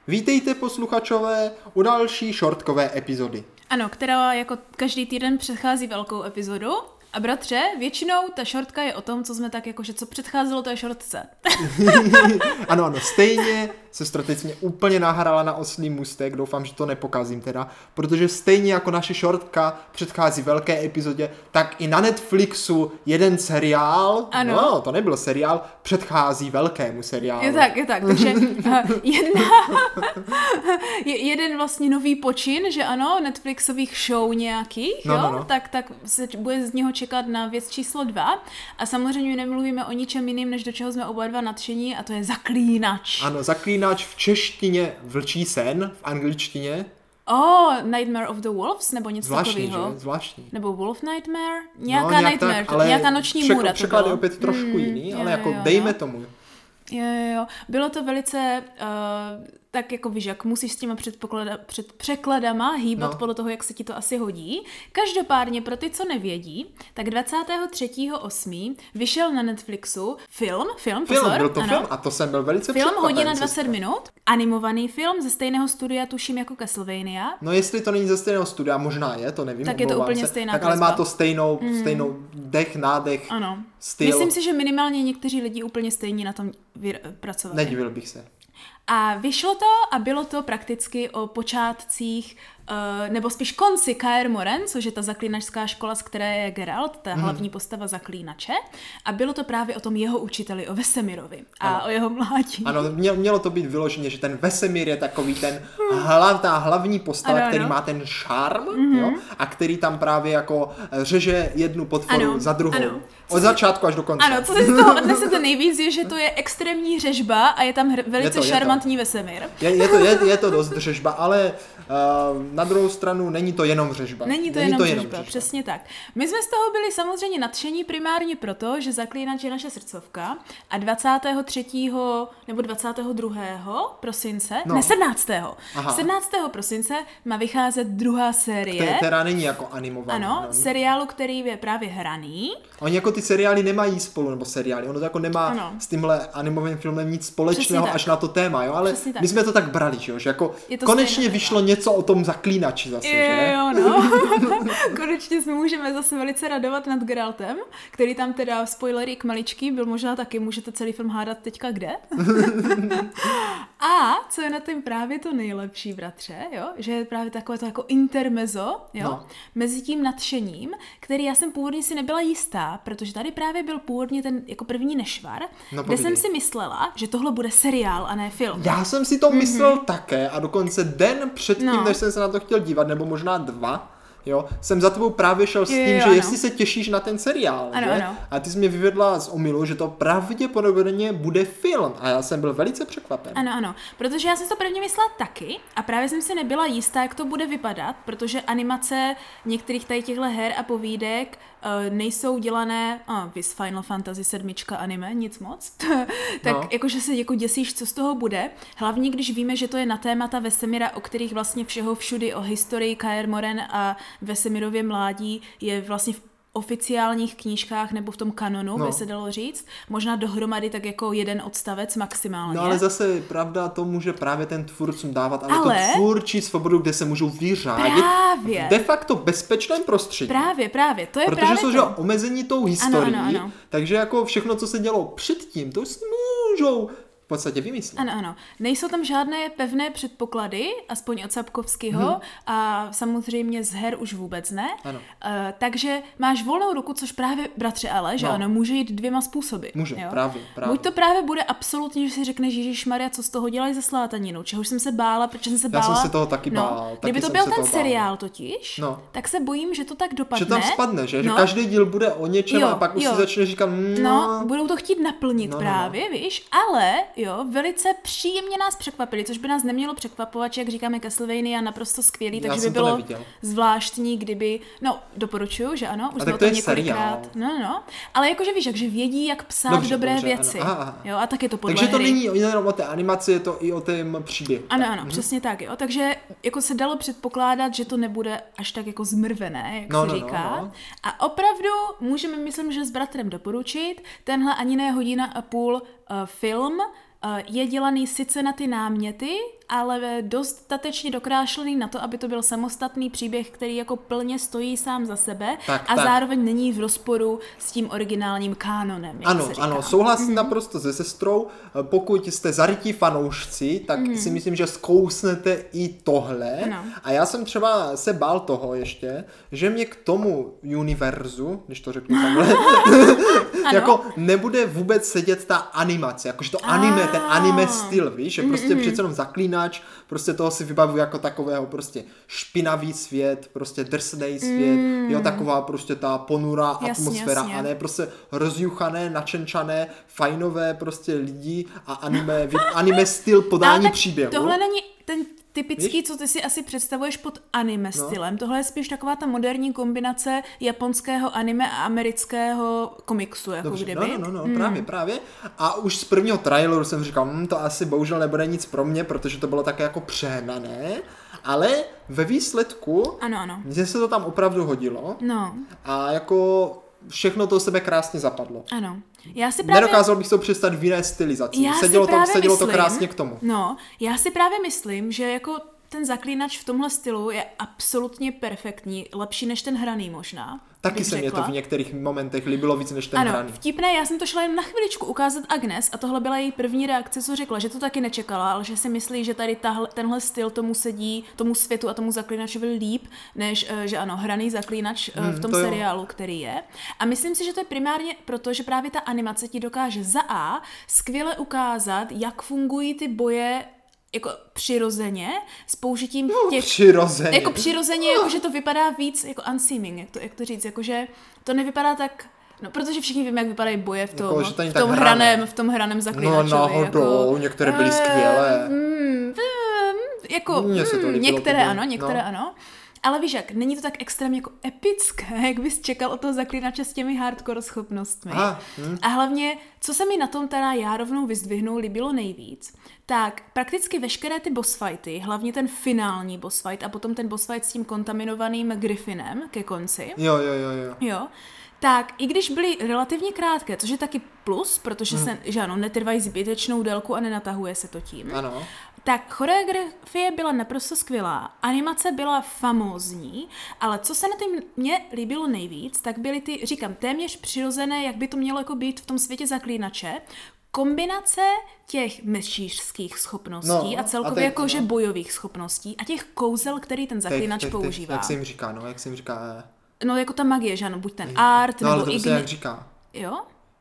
Vítejte posluchačové u další shortkové epizody. Ano, která jako každý týden předchází velkou epizodu. A bratře, většinou ta shortka je o tom, co jsme tak jakože, co předcházelo té shortce. Ano, stejně sestra teď mě úplně nahrála na oslý můstek, doufám, že to nepokazím teda, protože stejně jako naše shortka předchází velké epizodě, tak i na Netflixu jeden seriál, ano. No, to nebyl seriál, předchází velkému seriálu. Je tak, takže jeden vlastně nový počin, že ano, Netflixových show nějakých, no. Tak se bude z něho čekat na věc číslo 2 a samozřejmě nemluvíme o ničem jiným, než do čeho jsme oba dva nadšení a to je Zaklínač. Ano, Zaklínač v češtině Vlčí sen, v angličtině. Nightmare of the Wolves, nebo něco takového. Zvláštní. Nebo Wolf Nightmare? Nějaká Nightmare, tak, nějaká noční můra. Překlad je opět trošku jiný, ale jako dejme tomu. Jo. Bylo to velice tak jako víš, jak musíš s těma překladama hýbat podle toho, jak se ti to asi hodí. Každopádně pro ty, co nevědí, tak 23.8. vyšel na Netflixu film, byl to film a to jsem byl velice překvapen. Film hodina 20 minut, animovaný film ze stejného studia, tuším jako Castlevania. No jestli to není ze stejného studia, možná je, to nevím. Tak je to úplně stejná tak, ale má to stejnou dech, nádech, styl. Myslím si, že minimálně někteří lidi úplně stejní na tom pracovali. Nedivil bych se. A vyšlo to a bylo to prakticky o počátcích, nebo spíš konci Kaer Morhen, což je ta zaklínačská škola, z které je Geralt, ta hlavní postava zaklínače. A bylo to právě o tom jeho učiteli, o Vesemirovi a o jeho mládí. Ano, mělo to být vyloženě, že ten Vesemir je takový ten ta hlavní postava, který má ten šarm, jo, a který tam právě jako řeže jednu potvoru za druhou. Ano. Od začátku až do konce. Ano, co si z toho odnesete nejvíc, je, že to je extrémní řežba a je tam velice šarmantní Vesemir. Je to dost řežba, ale na druhou stranu není to jenom řežba. Není to jenom řežba, přesně tak. My jsme z toho byli samozřejmě nadšení primárně proto, že Zaklínač je naše srdcovka a 23. nebo 22. prosince, 17. Aha. 17. prosince má vycházet druhá série. Která není jako animovaná. Ano, seriálu, který je právě hraný. Oni jako ty seriály nemají spolu, nebo seriály, ono to jako nemá s tímhle animovaným filmem nic společného až na to téma, jo, ale my jsme to tak brali, že jako konečně vyšlo něco o tom Zaklínači zase, že? Konečně jsme můžeme zase velice radovat nad Geraltem, který tam teda, spoilerík maličký, byl možná taky, můžete celý film hádat teďka kde. A co je na tím právě to nejlepší, bratře, jo, že je právě takové to jako intermezzo, jo, mezi tím nadšením, který já jsem původně si nebyla jistá, protože tady právě byl původně ten jako první nešvar, kde jsem si myslela, že tohle bude seriál a ne film. Já jsem si to myslel také a dokonce den předtím, než jsem se na to chtěl dívat, nebo možná 2, jo, jsem za tebou právě šel s tím, že jestli se těšíš na ten seriál, že? A ty jsi mě vyvedla z omylu, že to pravděpodobně bude film a já jsem byl velice překvapen. Ano, protože já jsem to prvně myslela taky a právě jsem si nebyla jistá, jak to bude vypadat, protože animace některých tady těchto her a povídek nejsou dělané, vis Final Fantasy 7 anime, nic moc, tak jakože se jako děsíš, co z toho bude, hlavně když víme, že to je na témata Vesemira, o kterých vlastně všeho všudy o historii Kaer Morhen a Vesemirově mládí je vlastně v oficiálních knížkách nebo v tom kanonu, by se dalo říct. Možná dohromady tak jako jeden odstavec maximálně. No ale zase pravda, to může právě ten tvůrcům dávat, ale to tvůrčí svobodu, kde se můžou vyřádit v de facto bezpečném prostředí. Právě, to je protože právě jsou že omezení tou historií, takže jako všechno, co se dělo předtím, to si můžou v podstatě vymyslet. Ano. Nejsou tam žádné pevné předpoklady, aspoň od Sapkovského a samozřejmě z her už vůbec ne. Takže máš volnou ruku, což právě, bratře, ale, že ano, může jít dvěma způsoby. Může, právě. Buď to právě bude absolutně, že si řekneš, Ježišmarja, co z toho dělají za slátaninu, čehož jsem se bála, protože jsem se bála. Já jsem se toho taky bál. Kdyby to byl ten seriál totiž, tak se bojím, že to tak dopadne. Že tam spadne, že každý díl bude o něčem a pak už si začne říkat budou to chtít naplnit právě, víš, ale velice příjemně nás překvapili, což by nás nemělo překvapovat, že jak říkáme Castlevania naprosto skvělý, takže by bylo zvláštní, kdyby, doporučuju, že ano, už jsme o tom několikrát. Ale jakože víš, že vědí, jak psát dobré věci. Jo, a tak je to podle takže to hry. není jenom o té animaci, je to i o tém příběhu. Ano, přesně tak, jo. Takže jako se dalo předpokládat, že to nebude až tak jako zmrvené, jak se říká. A opravdu můžeme, myslím, že s bratrem doporučit tenhle ani ne hodina a půl film je dělaný sice na ty náměty, ale dostatečně dokrášlený na to, aby to byl samostatný příběh, který jako plně stojí sám za sebe a zároveň není v rozporu s tím originálním kánonem. Ano, souhlasím naprosto se sestrou. Pokud jste zarytí fanoušci, tak si myslím, že zkousnete i tohle. No. A já jsem třeba se bál toho ještě, že mě k tomu univerzu, když to řeknu takhle, jako nebude vůbec sedět ta animace, jakože to anime, ten anime styl, víš, že prostě přece jenom Zaklínač, prostě toho si vybavuju jako takového prostě špinavý svět, prostě drsnej svět, jo, taková prostě ta ponurá atmosféra a ne prostě rozjuchané, načenčané, fajnové prostě lidi a anime styl podání příběhu. Tohle není ten typický, co ty si asi představuješ pod anime stylem. Tohle je spíš taková ta moderní kombinace japonského anime a amerického komiksu, jako Dobře, kdyby. No, právě. A už z prvního traileru jsem říkal, to asi bohužel nebude nic pro mě, protože to bylo také jako přehnané, ale ve výsledku mně se to tam opravdu hodilo. No. A jako všechno to sebe krásně zapadlo. Ano. Já si právě... Nedokázal bych to představit v jiné stylizaci. Sedělo to krásně k tomu. No, já si právě myslím, že jako ten Zaklínač v tomhle stylu je absolutně perfektní, lepší než ten hraný možná. Taky se mě to v některých momentech líbilo víc než ten hraný. Vtipné, já jsem to šla jen na chviličku ukázat Agnes a tohle byla její první reakce, co řekla, že to taky nečekala, ale že si myslí, že tady tenhle styl tomu sedí, tomu světu a tomu Zaklínačovi líp, než že ano, hraný Zaklínač v tom seriálu, který je. A myslím si, že to je primárně proto, že právě ta animace ti dokáže za A skvěle ukázat, jak fungují ty boje jako přirozeně, s použitím těch... Přirozeně. Jako přirozeně, jako že to vypadá víc jako unseeming, jak to říct, jakože to nevypadá tak... No, protože všichni víme, jak vypadají boje v tom hraném Zaklínačovi. No náhodou, některé byly skvělé. Jako, některé ano. Ale víš jak, není to tak extrémně jako epické, jak bys čekal od toho Zaklínače s těmi hardcore schopnostmi. A hlavně, co se mi na tom teda já rovnou vyzdvihnu, líbilo nejvíc, tak prakticky veškeré ty boss fighty, hlavně ten finální boss fight a potom ten boss fight s tím kontaminovaným Griffinem ke konci. Jo. Tak i když byly relativně krátké, což je taky plus, protože se, že ano, netrvají zbytečnou délku a nenatahuje se to tím. Ano. Tak choreografie byla naprosto skvělá, animace byla famózní, ale co se na tím mě líbilo nejvíc, tak byly ty, říkám, téměř přirozené, jak by to mělo jako být v tom světě Zaklínače, kombinace těch mečířských schopností a celkově jakože bojových schopností a těch kouzel, který ten Zaklínač používá. Jak se jim říká, No jako ta magie, že ano, buď ten art, nebo ale to se jak říká. Jo?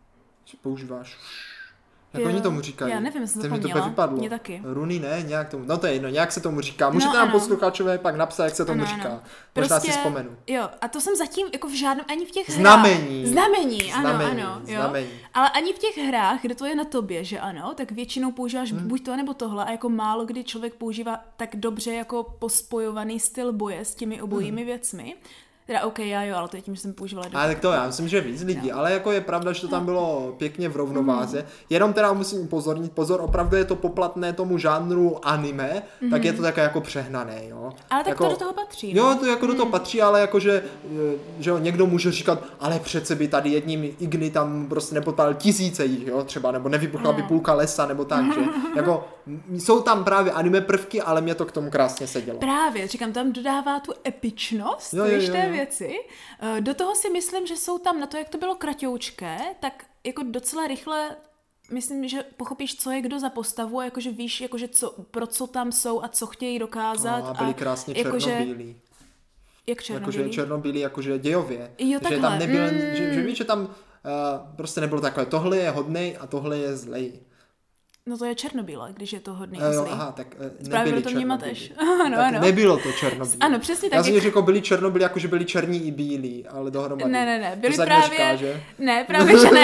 Že používáš... Jak oni tomu říkají? Já nevím, jestli to vypadlo. Mně taky. Runy ne, nějak tomu. No to je jedno, nějak se tomu říká. Můžete nám posluchačové pak napsat, jak se tomu říká. Možná si vzpomenu. Jo, a to jsem zatím jako v žádném, ani v těch Znamení, ano. Ale ani v těch hrách, kde to je na tobě, že ano, tak většinou používáš buď to, nebo tohle a jako málo kdy člověk používá tak dobře jako pospojovaný styl boje s těmi obojími věcmi. Teda ale to je tím, že jsem používala Ale tak to já myslím, že víc lidí, ale jako je pravda, že to tam bylo pěkně v rovnováze. Jenom teda musím upozornit, pozor, opravdu je to poplatné tomu žánru anime, tak je to také jako přehnané, jo. Ale tak jako, to do toho patří. Jo, to jako do toho patří, ale jakože, že někdo může říkat, ale přece by tady jedním igny tam prostě nepodpálil tisíce jich, jo, třeba, nebo nevybuchla by půlka lesa, nebo tak, že jako jsou tam právě anime prvky, ale mě to k tomu krásně sedělo. Právě, říkám, tam dodává tu epičnost, víš, věci. Do toho si myslím, že jsou tam na to, jak to bylo kratoučké, tak jako docela rychle myslím, že pochopíš, co je kdo za postavu, jakože víš, jakože pro co tam jsou a co chtějí dokázat. A byli krásně černobílí. Jak černobílí? Jakože černobílí, jakože dějově. Jo, že tam nebyl, že víš, že tam prostě nebylo takové, tohle je hodnej a tohle je zlej. No to je černobílé, když je to hodný a zlý. Aha, tak právě nebyli proto mě mateš. Ano. Nebylo to černobílé. Ano, přesně tak. Já jsem řekl, byli černobílí, jakože byli černí i bílí, ale dohromady. Ne, byli právě... Říká, že? Ne, právě že ne.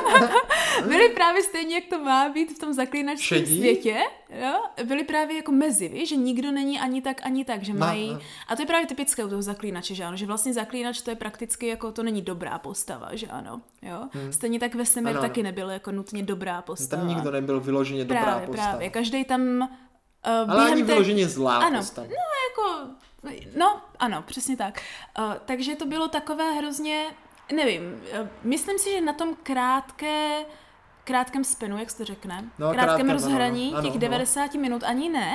Byli právě stejně, jak to má být v tom zaklínačském světě. Jo? Byli právě jako mezi, víš, že nikdo není ani tak, že mají... A to je právě typické u toho zaklínače, že ano, že vlastně zaklínač to je prakticky jako, to není dobrá postava, že ano. Jo? Stejně tak Vesemir taky nebyl jako nutně dobrá postava. Tam nikdo nebyl vyloženě dobrá postava. Právě, každej tam... ale ani vyloženě zlá postava. Ano, přesně tak. Takže to bylo takové hrozně, nevím, myslím si, že na tom krátké krátkém spinu, jak se to řekne, krátkém rozhraní těch 90 minut ani ne,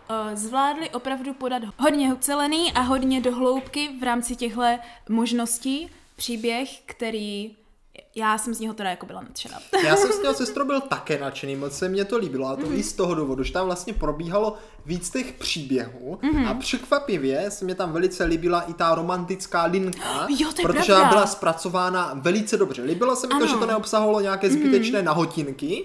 zvládli opravdu podat hodně ucelený a hodně do hloubky v rámci těchto možností příběh, který já jsem z něho teda jako byla nadšená. Já jsem s něho sestrou byl také nadšený, moc se mně to líbilo a to i z toho důvodu, že tam vlastně probíhalo víc těch příběhů a překvapivě se mě tam velice líbila i ta romantická linka, protože byla zpracována velice dobře. Líbilo se mi to, že to neobsahovalo nějaké zbytečné nahotinky.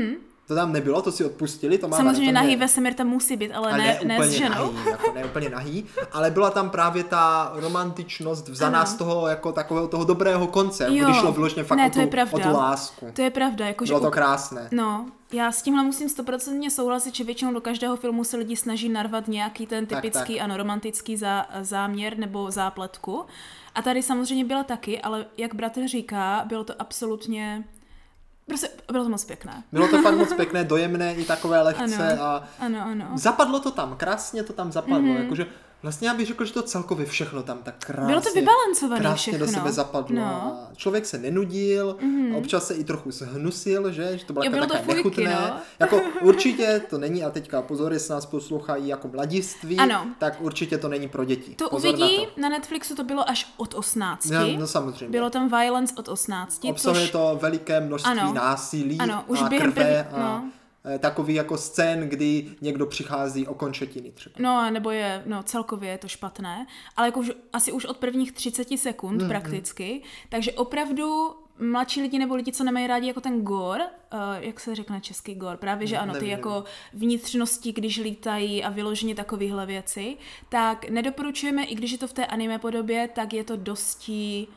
To tam nebylo, to si odpustili. To má samozřejmě nahý Vesemir tam musí být, ale ne s ženou. Ne úplně nahý, ale byla tam právě ta romantičnost vzaná z toho jako takového toho dobrého konce, když šlo vyloženě fakt o tu lásku. To je pravda. Jako, bylo to krásné. No, já s tímhle musím 100% souhlasit, že většinou do každého filmu se lidi snaží narvat nějaký ten typický, ano, romantický záměr nebo zápletku. A tady samozřejmě byla taky, ale jak bratr říká, bylo to absolutně... Prostě bylo to moc pěkné. Bylo to fakt moc pěkné, dojemné i takové lehce ano. Zapadlo to tam, krásně to tam zapadlo, jakože vlastně já bych řekl, že to celkově všechno tam tak krásně. Bylo to vybalancované krásně všechno. Do sebe zapadlo. No. Člověk se nenudil, občas se i trochu zhnusil, že to bylo takové nechutné. No. Jako určitě to není, a teďka pozor, jestli nás poslouchají jako mladiství, tak určitě to není pro děti. To pozor uvidí, na Netflixu to bylo až od 18. No samozřejmě. Bylo tam violence od 18. Obsahuje to veliké množství násilí už a krve takový jako scén, kdy někdo přichází o končetiny třeba. No, nebo celkově je to špatné, ale jako asi už od prvních 30 sekund prakticky, takže opravdu mladší lidi nebo lidi, co nemají rádi jako ten gore, jak se řekne český gore, právě, že ano, ty jako vnitřnosti, když lítají a vyloženě takovéhle věci, tak nedoporučujeme, i když je to v té anime podobě, tak je to dosti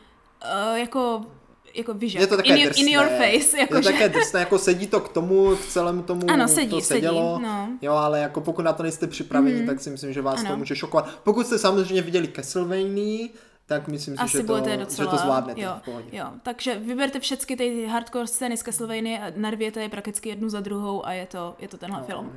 jako vyžad. Je to také in your face. Je to také drsné, jako sedí to k celému tomu, ano, to sedělo. No. Jo, ale jako pokud na to nejste připraveni, tak si myslím, že vás to může šokovat. Pokud jste samozřejmě viděli Castlevania, tak myslím si, že to zvládnete v pohodě. Jo, takže vyberte všechny ty hardcore scény z Castlevania a narvěte je prakticky jednu za druhou a je to tenhle film.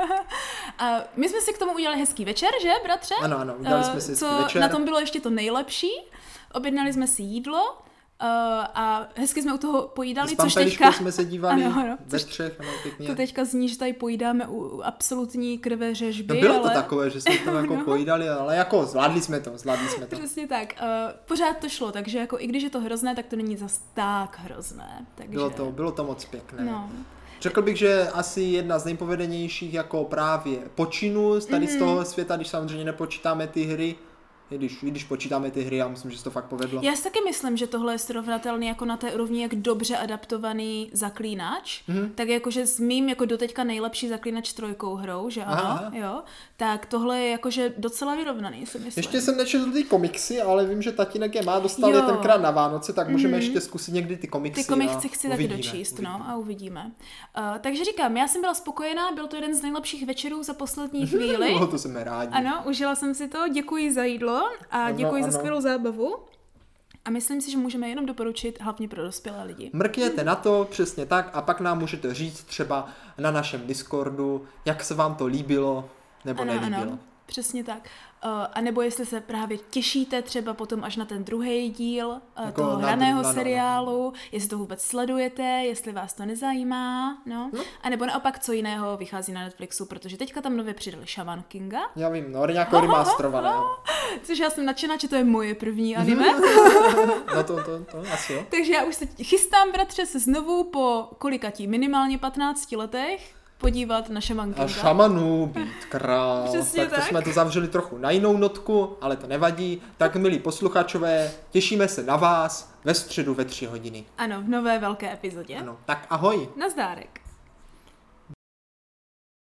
A my jsme si k tomu udělali hezký večer, že, bratře? Ano, udělali jsme si hezký večer. Na tom bylo ještě to nejlepší. Objednali jsme si jídlo, a hezky jsme u toho pojídali, což teďka... jsme se dívali ve třech, pěkně. To teďka zní, že tady pojídáme u absolutní krveřežby, no bylo to takové, že jsme to jako pojídali, ale jako zvládli jsme to. Přesně tak. Pořád to šlo, takže jako i když je to hrozné, tak to není zas tak hrozné. Takže... Bylo to moc pěkné. No. Řekl bych, že asi jedna z nejpovedenějších jako právě počinů tady z toho světa, když samozřejmě nepočítáme ty hry, když počítáme ty hry, já myslím, že se to fakt povedlo. Já si taky myslím, že tohle je srovnatelný jako na té úrovni, jak dobře adaptovaný Zaklínač, tak jakože s mým jako doteďka nejlepší Zaklínač 3 hrou, že ano, jo, tak tohle je jakože docela vyrovnaný, si myslím. Ještě jsem nečetl ty komiksy, ale vím, že tatínek je má, dostal je tenkrát na Vánoce, tak můžeme ještě zkusit někdy ty komiksy. Ty komiksy chci taky dočíst, a uvidíme. Takže říkám, já jsem byla spokojená, byl to jeden z nejlepších večerů za poslední chvíli. To jsme rádi. Ano, užila jsem si to, děkuji za jídlo a děkuji za skvělou zábavu. A myslím si, že můžeme jenom doporučit hlavně pro dospělé lidi. Mrkněte na to, přesně tak, a pak nám můžete říct třeba na našem Discordu, jak se vám to líbilo nebo nelíbilo. Ano, přesně tak. A nebo jestli se právě těšíte třeba potom až na ten druhý díl jako toho hraného seriálu, jestli to vůbec sledujete, jestli vás to nezajímá, a nebo naopak co jiného vychází na Netflixu, protože teďka tam nově přidali Shaman Kinga. Já vím, nějakou remasterované. Což já jsem nadšená, že to je moje první anime. To asi jo. Takže já už se chystám, bratře, se znovu po kolikatí, minimálně 15 letech podívat na Shaman Kinga. A šamanů být král. Přesně tak. Jsme to zavřeli trochu na jinou notku, ale to nevadí. Tak milí posluchačové, těšíme se na vás ve středu ve 3 hodiny. Ano, v nové velké epizodě. Ano, tak ahoj. Nazdárek.